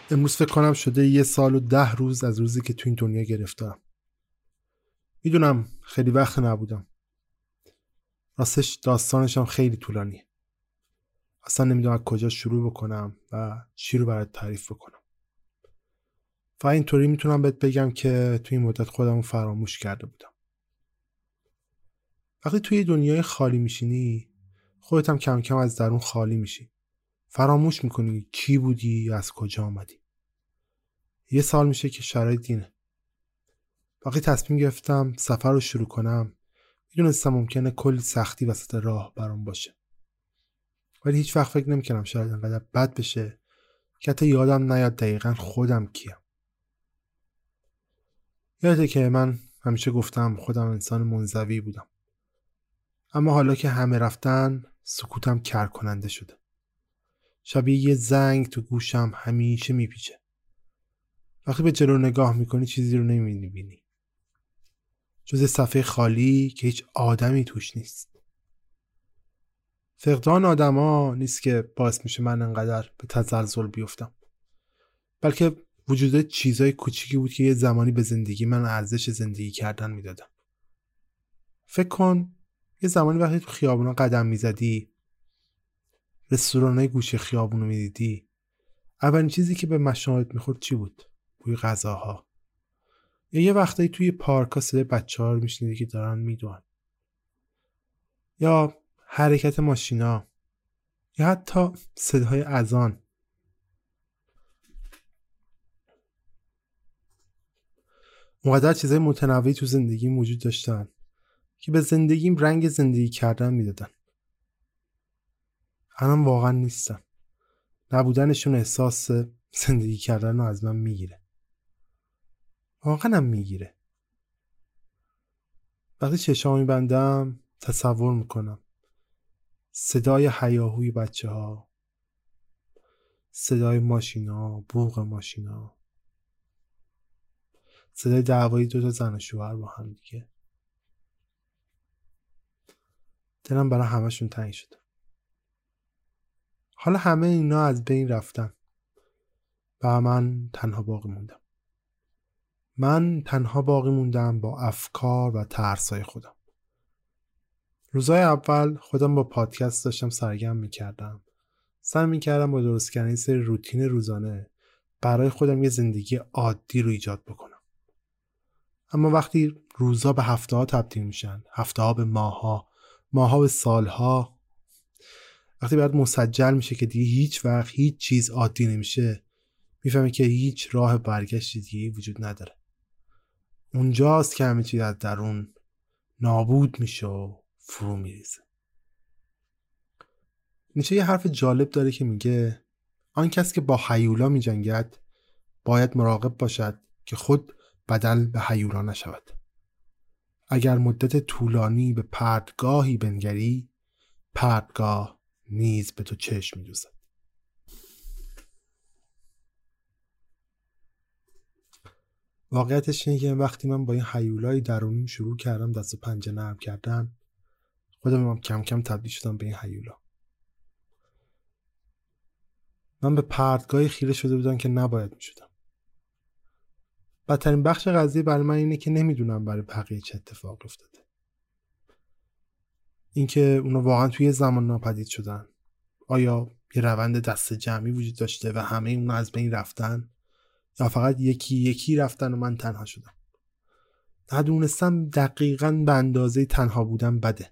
امروز فکر کنم شده 1 سال و 10 روز از روزی که تو این دنیا گرفتارم. میدونم خیلی وقت نبودم. راستش داستانش هم خیلی طولانیه. اصلا نمیدونم از کجا شروع بکنم و چی رو برات تعریف بکنم. فقط اینطوری میتونم بهت بگم که تو این مدت خودمو فراموش کرده بودم. وقتی توی دنیای خالی میشینی، خودت هم کم کم از درون خالی میشی. فراموش میکنی کی بودی، از کجا آمدی. 1 سال میشه که شرایط اینه. وقتی تصمیم گرفتم سفر رو شروع کنم، میدونستم ممکنه کلی سختی وسط راه برام باشه. ولی هیچ وقت فکر نمی‌کردم شاید انقدر بد بشه که حتی یادم نیاد دقیقاً خودم کیم. یاده که من همیشه گفتم خودم انسان منزوی بودم. اما حالا که همه رفتن، سکوتم کر کننده شده. شبیه یه زنگ تو گوشم همیشه میپیچه. وقتی به جلو نگاه میکنی چیزی رو نمیبینی. جز صفحه خالی که هیچ آدمی توش نیست. فقدان آدما نیست که باعث میشه من انقدر به تزلزل بیفتم، بلکه وجود چیزای کوچیکی بود که یه زمانی به زندگی من ارزش زندگی کردن میدادن. فکر کن یه زمانی وقتی تو خیابونا قدم میزدی، رستورانای گوشه خیابونو میدیدی، اولین چیزی که به مشامت میخورد چی بود؟ بوی غذاها. یا یه وقتایی توی پارکا صدای بچه‌ها رو میشنیدی که دارن میدوئن. یا حرکت ماشینا، یا حتی صدای اذان. اونقدر چیزای متنوعی تو زندگیم وجود داشتن که به زندگیم رنگ زندگی کردن میدادن. الان واقعا نیستن. نبودنشون احساس زندگی کردن رو از من میگیره. واقعا هم میگیره. وقتی چشام میبندم تصور میکنم صدای هیاهوی بچه ها، صدای ماشینا، بوق ماشینا، صدای دعوای 2 زن و شوهر با هم دیگه. دلم برای همشون تنگ شد. حالا همه اینا از بین رفتن و من تنها باقی موندم. من تنها باقی موندم با افکار و ترسای خودم. روزای اول خودم با پادکست داشتم سرگرم میکردم. سعی میکردم با درست کردن یه سری روتین روزانه برای خودم یه زندگی عادی رو ایجاد بکنم. اما وقتی روزها به هفته ها تبدیل میشن، هفته ها به ماه ها، ماه ها به سال ها، وقتی بعد مسجل میشه که دیگه هیچ وقت هیچ چیز عادی نمیشه، میفهمی که هیچ راه برگشت دیگه وجود نداره. اونجاست که همه چیز از درون نابود میشه و فرو میریزه. نیچه یه حرف جالب داره که میگه آن کس که با هیولا میجنگد باید مراقب باشد که خود بدل به هیولا نشود. اگر مدت طولانی به پرتگاهی بنگری، پرتگاه نیز به تو چشم می‌دوزد. واقعیتش اینه که وقتی من با این هیولای درونیم شروع کردم دست و پنجه نرم کردن، خودم کم کم تبدیل شدم به این هیولا. من به پرتگاهی خیره شده بودم که نباید میشدم. بدترین بخش قضیه برای من اینه که نمیدونم برای بقیه چه اتفاق افتاده. اینکه اونا واقعا توی زمان ناپدید شدن. آیا یه روند دست جمعی وجود داشته و همه اونا از بین رفتن؟ یا فقط یکی یکی رفتن و من تنها شدم؟ ندونستم دقیقاً به اندازه تنها بودن بده.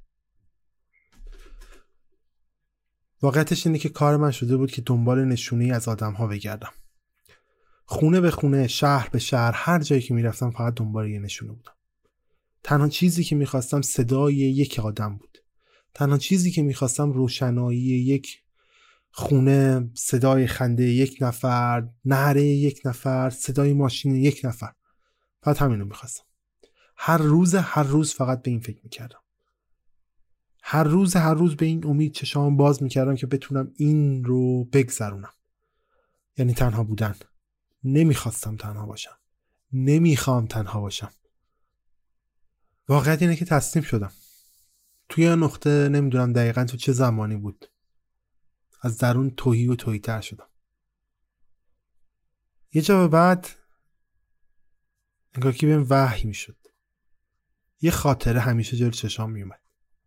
واقعیتش اینه که کار من شده بود که دنبال نشونه‌ای از آدم‌ها بگردم. خونه به خونه، شهر به شهر، هر جایی که میرفتم فقط دنبال یه نشونه بودم. تنها چیزی که میخواستم صدای یک آدم بود. تنها چیزی که میخواستم روشنایی یک خونه، صدای خنده یک نفر، نعره یک نفر، صدای ماشین یک نفر. فقط همینو میخواستم. هر روز فقط به این فکر میکردم. هر روز به این امید چشام باز میکردم که بتونم این رو بگذرونم. یعنی تنها بودن. نمیخواستم تنها باشم. نمیخوام تنها باشم. واقعیت اینه که تسلیم شدم. توی یه نقطه نمیدونم دقیقاً تو چه زمانی بود. از درون تهی و تهی تر شدم. یه جا به بعد انگار که بهم وحی میشد. یه خاطره همیشه جلوی چشام میومد.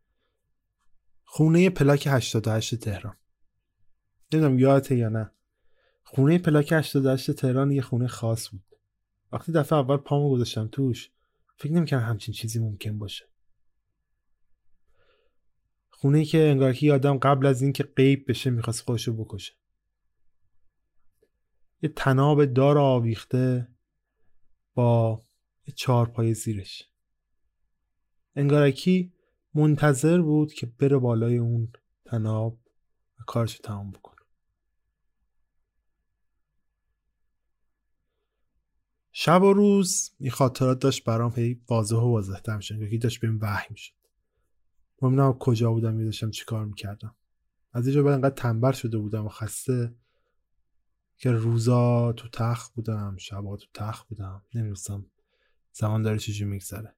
خونه پلاک 88 تهران. نمیدونم یادته یا نه. خونه پلاک 88 تهران یه خونه خاص بود. وقتی دفعه اول پامو گذاشتم توش فکر نمی‌کردم همچین چیزی ممکن باشه. خونه‌ای که انگار که آدم قبل از این که غیب بشه می‌خواست خودشو بکشه. یه طناب دار آویخته با یه چهارپای زیرش. انگار کی منتظر بود که بره بالای اون طناب و کارشو تمام بکنه. شب و روز این خاطرات داشت برام هی واضح و واضح‌تر میشه. انگار کی داشت بهم وحی میشد. من کجا بودم، داشتم چی کار میکردم. از اینجا بعد انقدر تنبل شده بودم و خسته که روزا تو تخت بودم، شبا تو تخت بودم، نمی‌دونستم زمان داره چجوری میگذره.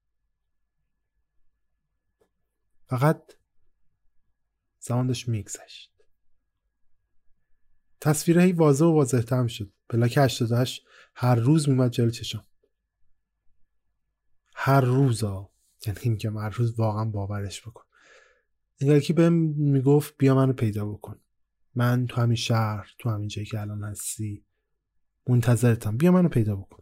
فقط زمان داشت میگذشت. تصویره هی واضح و واضح‌تر میشد. پلاک 88 هر روز میومد جلوی چشام. هر روزا، یعنی میگم هر روز، واقعا باورش بکن. انگار کی بهم میگفت بیا منو پیدا بکن. من تو همین شهر، تو همین جایی که الان هستی منتظرتم، بیا منو پیدا بکن.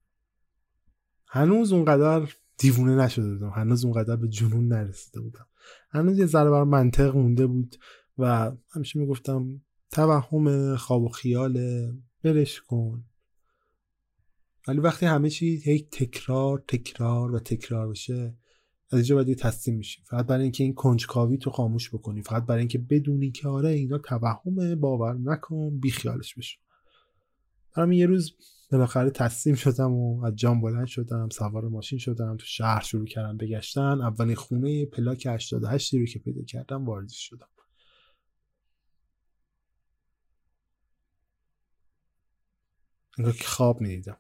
هنوز اونقدر دیوونه نشده بودم، هنوز اونقدر به جنون نرسیده بودم، هنوز یه ذره برام منطق مونده بود و همیشه میگفتم توهم، خواب و خیاله، برش کن. ولی وقتی همه چی هی تکرار تکرار و تکرار بشه، از اینجا باید تسلیم میشی. فقط برای اینکه این کنجکاوی تو خاموش بکنی، فقط برای اینکه بدونی که آره اینا توهمه، باور نکن، بی خیالش بشو. برام یه روز بالاخره تسلیم شدم و از جام بلند شدم، سوار ماشین شدم، تو شهر شروع کردم بگشتن. اولین خونه پلاک 88 رو که پیدا کردم وارد شدم. انگار که خواب میدیدم.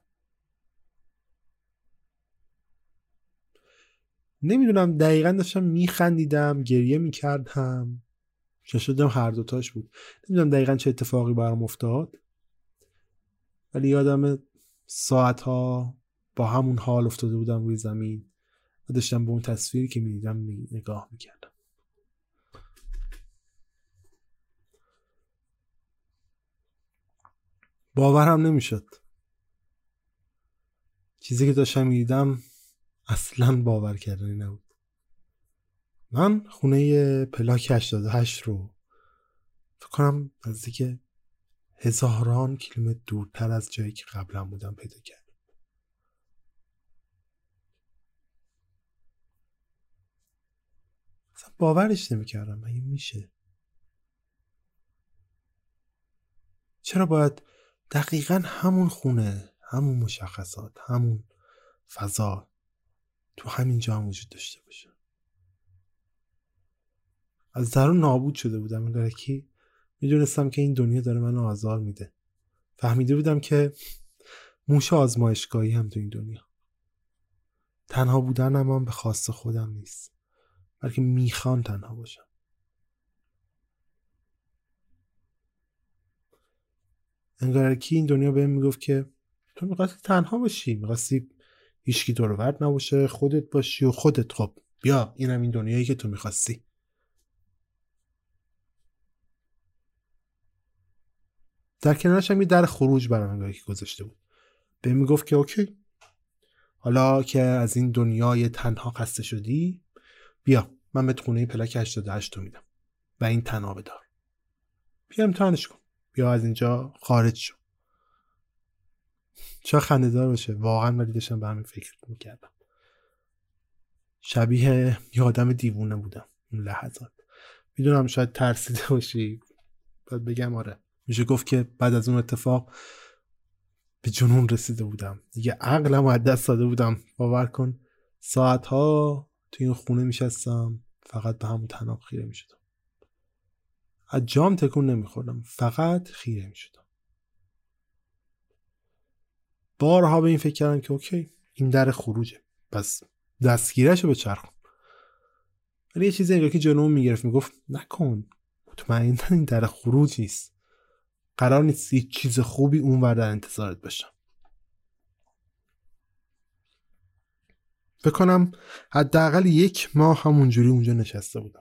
نمیدونم، دقیقا داشتم میخندیدم، گریه میکردم، شدم هر دوتاش بود. نمیدونم دقیقا چه اتفاقی برام افتاد، ولی یادم ساعتها با همون حال افتاده بودم روی زمین و داشتم به اون تصویری که میدیدم نگاه میکردم. باورم نمیشد. چیزی که داشتم میدیدم اصلا باور کردنی نبود. من خونه پلاک 88 رو فکر کنم نزدیک هزاران کیلومتر دورتر از جایی که قبلا بودم پیدا کردم. اصلا باورش نمی‌کردم. مگه میشه؟ چرا باید دقیقاً همون خونه، همون مشخصات، همون فضا تو همین جا هم وجود داشته باشه؟ از درون نابود شده بودم. انگار کی میدونستم که این دنیا داره منو آزار میده. فهمیده بودم که موش آزمایشگاهی هم تو این دنیا. تنها بودنم هم به خواست خودم نیست، بلکه میخوان تنها باشم. انگار کی این دنیا بهم میگفت که تو میخواستی تنها باشی، میخواستی هیچکی دور و بر نباشه، خودت باشی و خودت. خب بیا، اینم این دنیایی که تو میخواستی. در کنارش هم یه در خروج برام انگار کی گذاشته بود. بهم میگفت که اوکی، حالا که از این دنیای تنها خسته شدی، بیا من بهت خونه پلاک 88 تو میدم و این طناب دار. بیا امتحانش کن، بیا از اینجا خارج شو. چه خنده‌دار باشه واقعا، ولی داشتم به همین فکر میکردم. شبیه یه آدم دیوونه بودم اون لحظات. میدونم شاید ترسیده باشی، باید بگم آره، میشه گفت که بعد از اون اتفاق به جنون رسیده بودم دیگه. عقلم از دست داده بودم. باور کن ساعتها توی این خونه میشستم، فقط به همون طناب خیره میشدم. از جام تکون نمیخوردم، فقط خیره میشدم. بارها به این فکر کردم که اوکی این در خروجه، پس دستگیرشو بچرخون. ولی یه چیزی انگار که جلوم میگرفت، میگفت نکن، مطمئناً این در خروج نیست. قرار نیست هیچ چیز خوبی اون ور در انتظارت باشم. فکر کنم حداقل 1 ماه همونجوری اونجا نشسته بودم.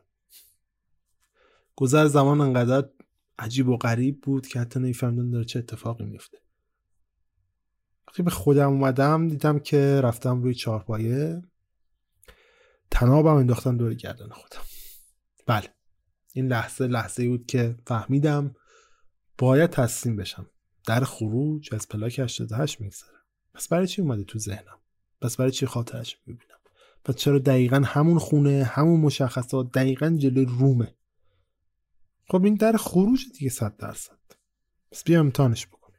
گذر زمان انقدر عجیب و غریب بود که حتی نمی‌فهمیدم داره چه اتفاقی میفته. وقتی به خودم اومدم دیدم که رفتم روی چهارپایه، تنابم انداختم دور گردن خودم. بله، این لحظه بود که فهمیدم باید تسلیم بشم. در خروج از پلاک 88 میگذره. پس برای چی اومده تو ذهنم؟ پس برای چی خاطرش میبینم؟ پس چرا دقیقاً همون خونه، همون مشخصات دقیقاً جلوی رومه؟ خب این در خروج دیگه 100%. پس بیا امتحانش بکنیم.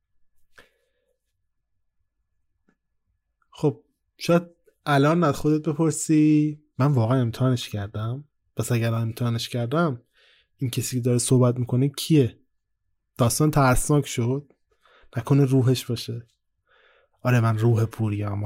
خب شاید الان از خودت بپرسی من واقعا امتحانش کردم؟ پس اگر امتحانش کردم این کسی که داره صحبت میکنه کیه؟ داستان ترسناک شد؟ نکنه روحش باشه؟ آره من روح پوریم.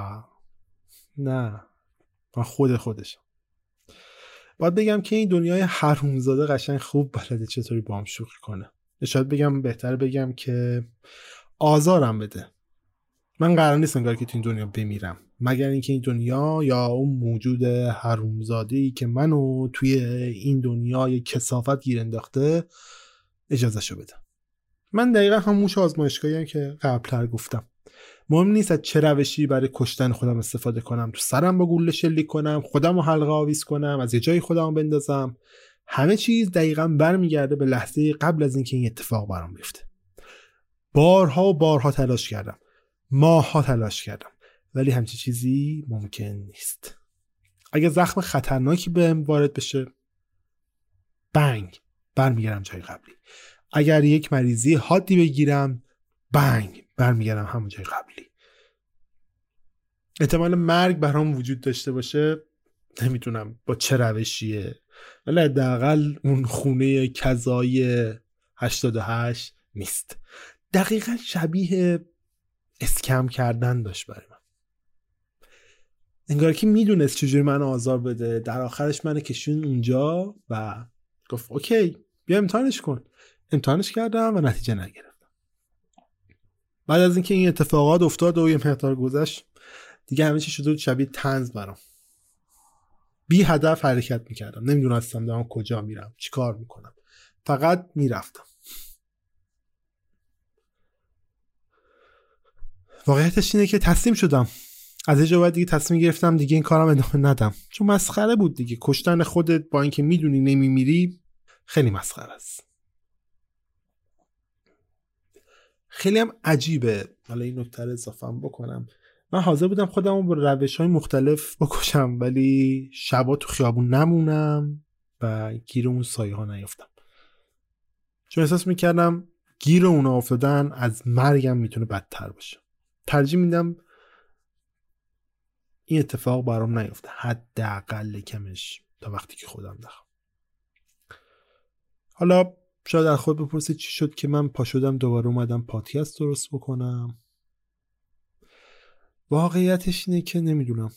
نه، من خودشم. باید بگم که این دنیای حرومزاده قشنگ خوب بلده چطوری با هم شوخی کنه. شاید بگم بهتره بگم که آزارم بده. من قرار نیست انگار که تو این دنیا بمیرم، مگر اینکه این دنیا یا اون موجود حرومزاده‌ای که منو توی این دنیای کثافت گیر انداخته اجازهشو بده. من دقیقا همون آزمایشگاهی که قبل‌تر گفتم. مهم نیست از چه روشی برای کشتن خودم استفاده کنم، تو سرم با گوله شلیک کنم، خودم رو حلقه آویز کنم، از یه جایی خودم بندازم. همه چیز دقیقا برمیگرده به لحظه قبل از اینکه این اتفاق برام بیفته. بارها و بارها تلاش کردم، ماه‌ها تلاش کردم، ولی همچین چیزی ممکن نیست. اگه زخم خطرناکی بهم وارد بشه، بنگ برمیگردم جای قبلی. اگر یک مریضی حادی بگیرم، بنگ برمیگردم همون جای قبلی. احتمال مرگ برام وجود داشته باشه، نمیدونم با چه روشیه، ولی حداقل اون خونه کذایی 88 نیست. دقیقا شبیه اسکم کردن داشت برای من. انگار که میدونست چجوری من آزار بده. در آخرش من کشون اونجا و گفت اوکی بیا امتحانش کن. امتحانش کردم و نتیجه نگرفتم. بعد از اینکه این اتفاقات افتاد و یه مقدار گذشت، دیگه همه چی شده شبیه طنز برام. بی هدف حرکت میکردم، نمیدونستم دارم کجا میرم، چی کار میکنم، فقط میرفتم. واقعیتش اینه که تسلیم شدم. از اینجا بعد دیگه تصمیم گرفتم دیگه این کارم ادامه ندم، چون مسخره بود دیگه. کشتن خودت با اینکه میدونی نمیمیری خیلی مسخره است. خیلی هم عجیبه. حالا این نکته رو اضافه بکنم، من حاضر بودم خودم رو با روش‌های مختلف بکشم، ولی شبا تو خیابون نمونم و گیر اون سایه ها نیفتم، چون احساس میکردم گیر اونا افتادن از مرگم میتونه بدتر باشه. ترجیح میدم این اتفاق برام نیفته، حداقل کمش تا وقتی که خودم نخوام. حالا شاید از خود بپرسید چی شد که من پا شدم دوباره اومدم پادکست درست بکنم. واقعیتش اینه که نمیدونم.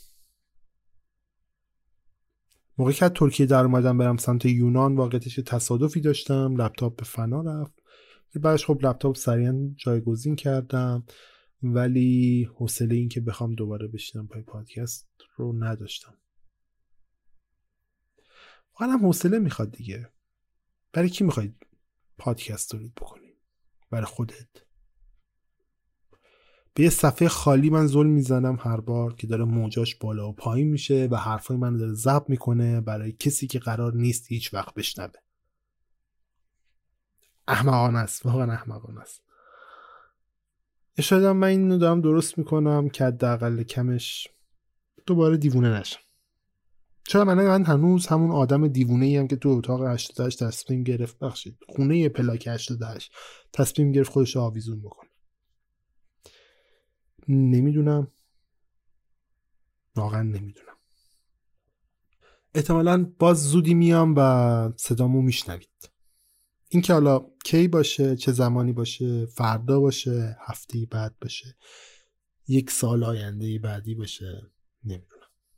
موقعی که از ترکیه در اومدم برم سمت یونان، واقعیتش تصادفی داشتم، لپتاپ به فنا رفت. بعدش خب لپتاپ سریعا جایگزین کردم، ولی حوصله این که بخوام دوباره بشینم پای پادکست رو نداشتم. واقعا هم حوصله میخواد دیگه. برای کی میخواید پادکست تولید بکنی؟ برای خودت؟ به یه صفحه خالی من ظلم میزنم هر بار که داره موجاش بالا و پایین میشه و حرفای من داره ضبط میکنه برای کسی که قرار نیست هیچ وقت بشنوه. احمقانه است، واقعا احمقانه است. شاید من اینو دارم درست میکنم که حداقل کمش دوباره دیوونه نشم. چرا من هنوز همون آدم دیوونه ایم که تو اتاق 88 تصمیم گرفت، بخشید خونه پلاک 88 تصمیم گرفت خودش آویزون بکنه. نمیدونم، واقعا نمیدونم. احتمالاً باز زودی میام و صدامو میشنوید. این که حالا کی باشه، چه زمانی باشه، فردا باشه، هفته بعد باشه، 1 سال آینده بعدی باشه، نمیدونم.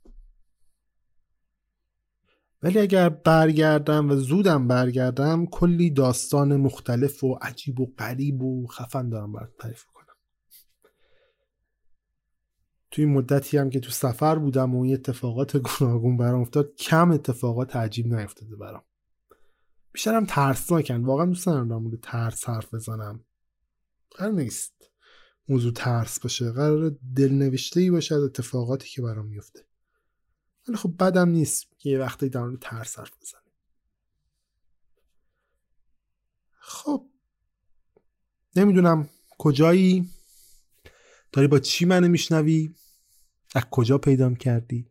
ولی اگر برگردم و زودم برگردم، کلی داستان مختلف و عجیب و غریب و خفن دارم برات تعریف کنم. توی مدتی هم که تو سفر بودم و این اتفاقات گوناگون برام افتاد، کم اتفاقات عجیب نیفتاده برام. بیشترم ترسناکن. واقعا دوست ندارم در مورد ترس حرف بزنم. قرار نیست موضوع ترس باشه، قرار دلنوشته‌ای باشه از اتفاقاتی که برام میفته. ولی خب بدم نیست که یه وقتی در مورد ترس حرف بزنیم. خب نمیدونم کجایی، داری با چی منو میشنوی، از کجا پیدام کردی،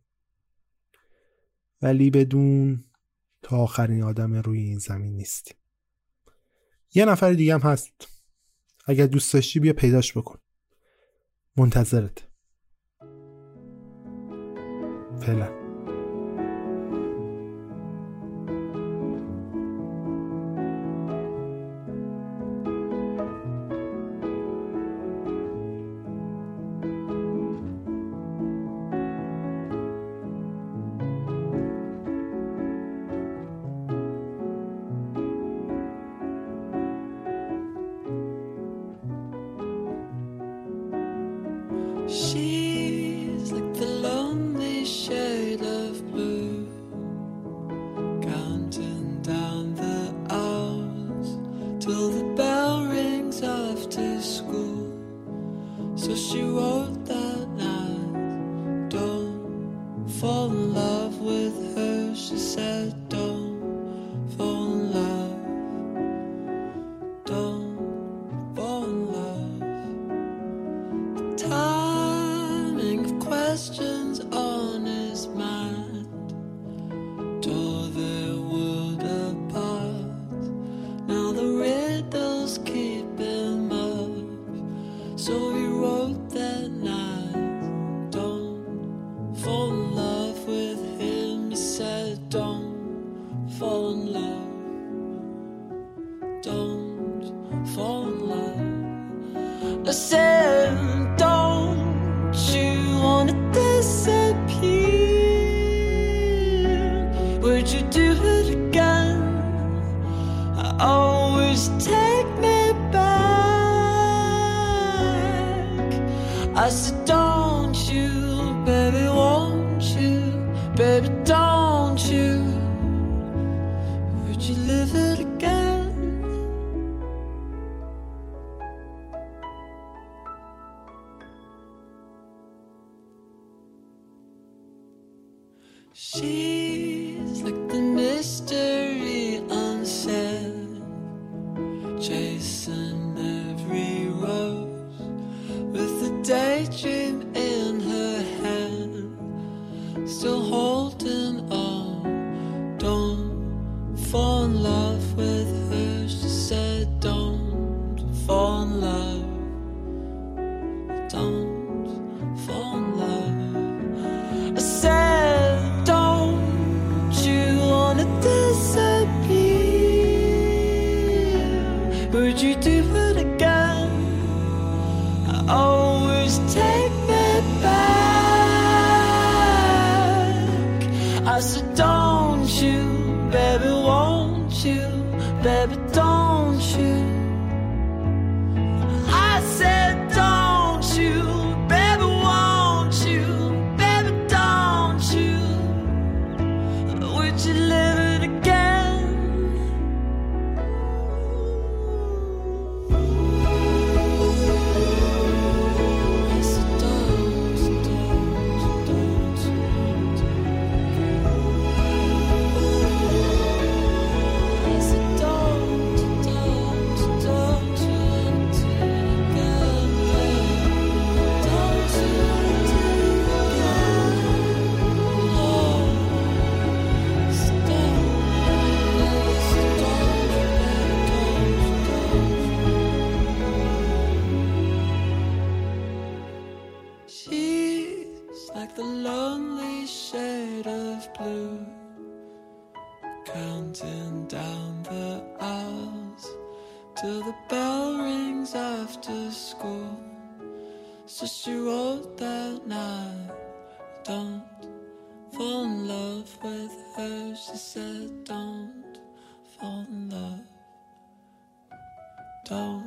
ولی بدون تا آخرین آدم روی این زمین نیستی. یه نفر دیگه هم هست، اگر دوست داشتی بیا پیداش بکن. منتظرت. فعلا. She's like the lonely shade of blue, counting down the hours till the bell rings after school. So she wrote that night, don't fall in love with her. She said, don't fall in love, don't fall in love. Questions on his mind tore their world apart. Now the riddles keep him up. So he wrote that night, don't fall in love with him. He said, don't fall in love, don't fall in love. I said, don't you wanna disappear? Would you do it again? I always take me back. I said, don't you, baby, won't you, baby, don't you? Would you live it again? She's like the mystery unsaid, chasing every rose with a daydream in her hand, still holding on. Don't fall in love with her. She said, don't fall in love, don't fall in love. I said, would you do it again? I always take me back. I said, don't you, baby, won't you, baby, don't you? I said, don't you, baby, won't you, baby, don't you? Would you live it again? The lonely shade of blue, counting down the hours till the bell rings after school. So she wrote that night, don't fall in love with her. She said, don't fall in love, don't